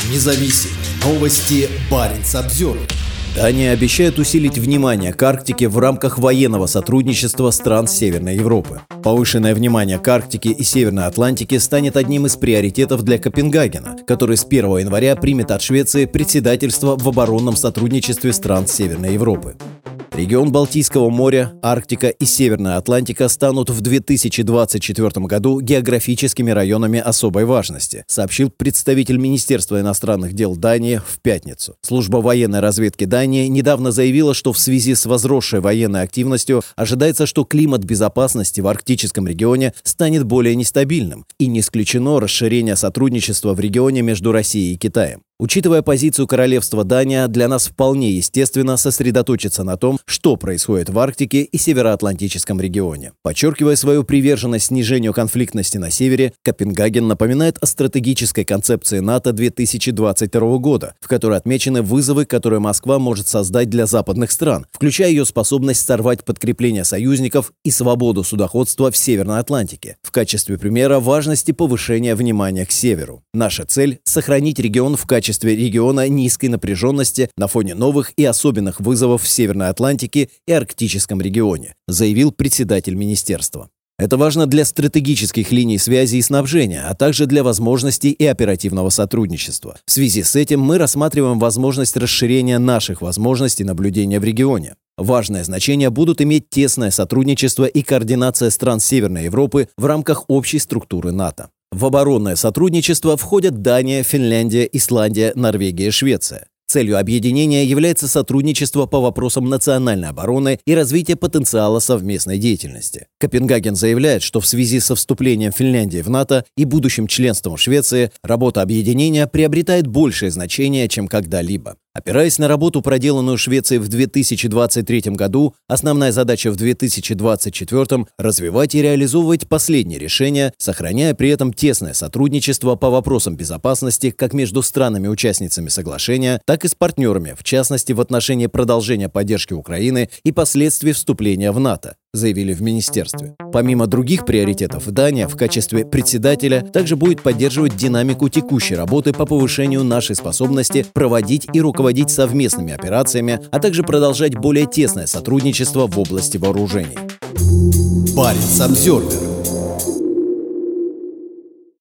независим. Новости Баренц-Обзервер. Дания обещает усилить внимание к Арктике в рамках военного сотрудничества стран Северной Европы. Повышенное внимание к Арктике и Северной Атлантике станет одним из приоритетов для Копенгагена, который с 1 января примет от Швеции председательство в оборонном сотрудничестве стран Северной Европы. Регион Балтийского моря, Арктика и Северная Атлантика станут в 2024 году географическими районами особой важности, сообщил представитель Министерства иностранных дел Дании в пятницу. Служба военной разведки Дании недавно заявила, что в связи с возросшей военной активностью ожидается, что климат безопасности в арктическом регионе станет более нестабильным, и не исключено расширение сотрудничества в регионе между Россией и Китаем. Учитывая позицию королевства Дания, для нас вполне естественно сосредоточиться на том, что происходит в Арктике и Североатлантическом регионе. Подчеркивая свою приверженность снижению конфликтности на севере, Копенгаген напоминает о стратегической концепции НАТО 2022 года, в которой отмечены вызовы, которые Москва может создать для западных стран, включая ее способность сорвать подкрепление союзников и свободу судоходства в Северной Атлантике. В качестве примера важности повышения внимания к северу. Наша цель – сохранить регион в качестве региона низкой напряженности на фоне новых и особенных вызовов в Северной Атлантике и Арктическом регионе, заявил председатель министерства. Это важно для стратегических линий связи и снабжения, а также для возможностей и оперативного сотрудничества. В связи с этим мы рассматриваем возможность расширения наших возможностей наблюдения в регионе. Важное значение будут иметь тесное сотрудничество и координация стран Северной Европы в рамках общей структуры НАТО. В оборонное сотрудничество входят Дания, Финляндия, Исландия, Норвегия и Швеция. Целью объединения является сотрудничество по вопросам национальной обороны и развития потенциала совместной деятельности. Копенгаген заявляет, что в связи со вступлением Финляндии в НАТО и будущим членством Швеции работа объединения приобретает большее значение, чем когда-либо. Опираясь на работу, проделанную Швецией в 2023 году, основная задача в 2024 – развивать и реализовывать последние решения, сохраняя при этом тесное сотрудничество по вопросам безопасности как между странами-участницами соглашения, так и с партнерами, в частности в отношении продолжения поддержки Украины и последствий вступления в НАТО, заявили в министерстве. Помимо других приоритетов, Дания в качестве председателя также будет поддерживать динамику текущей работы по повышению нашей способности проводить и руководить совместными операциями, а также продолжать более тесное сотрудничество в области вооружений. Баренц-Обзервер.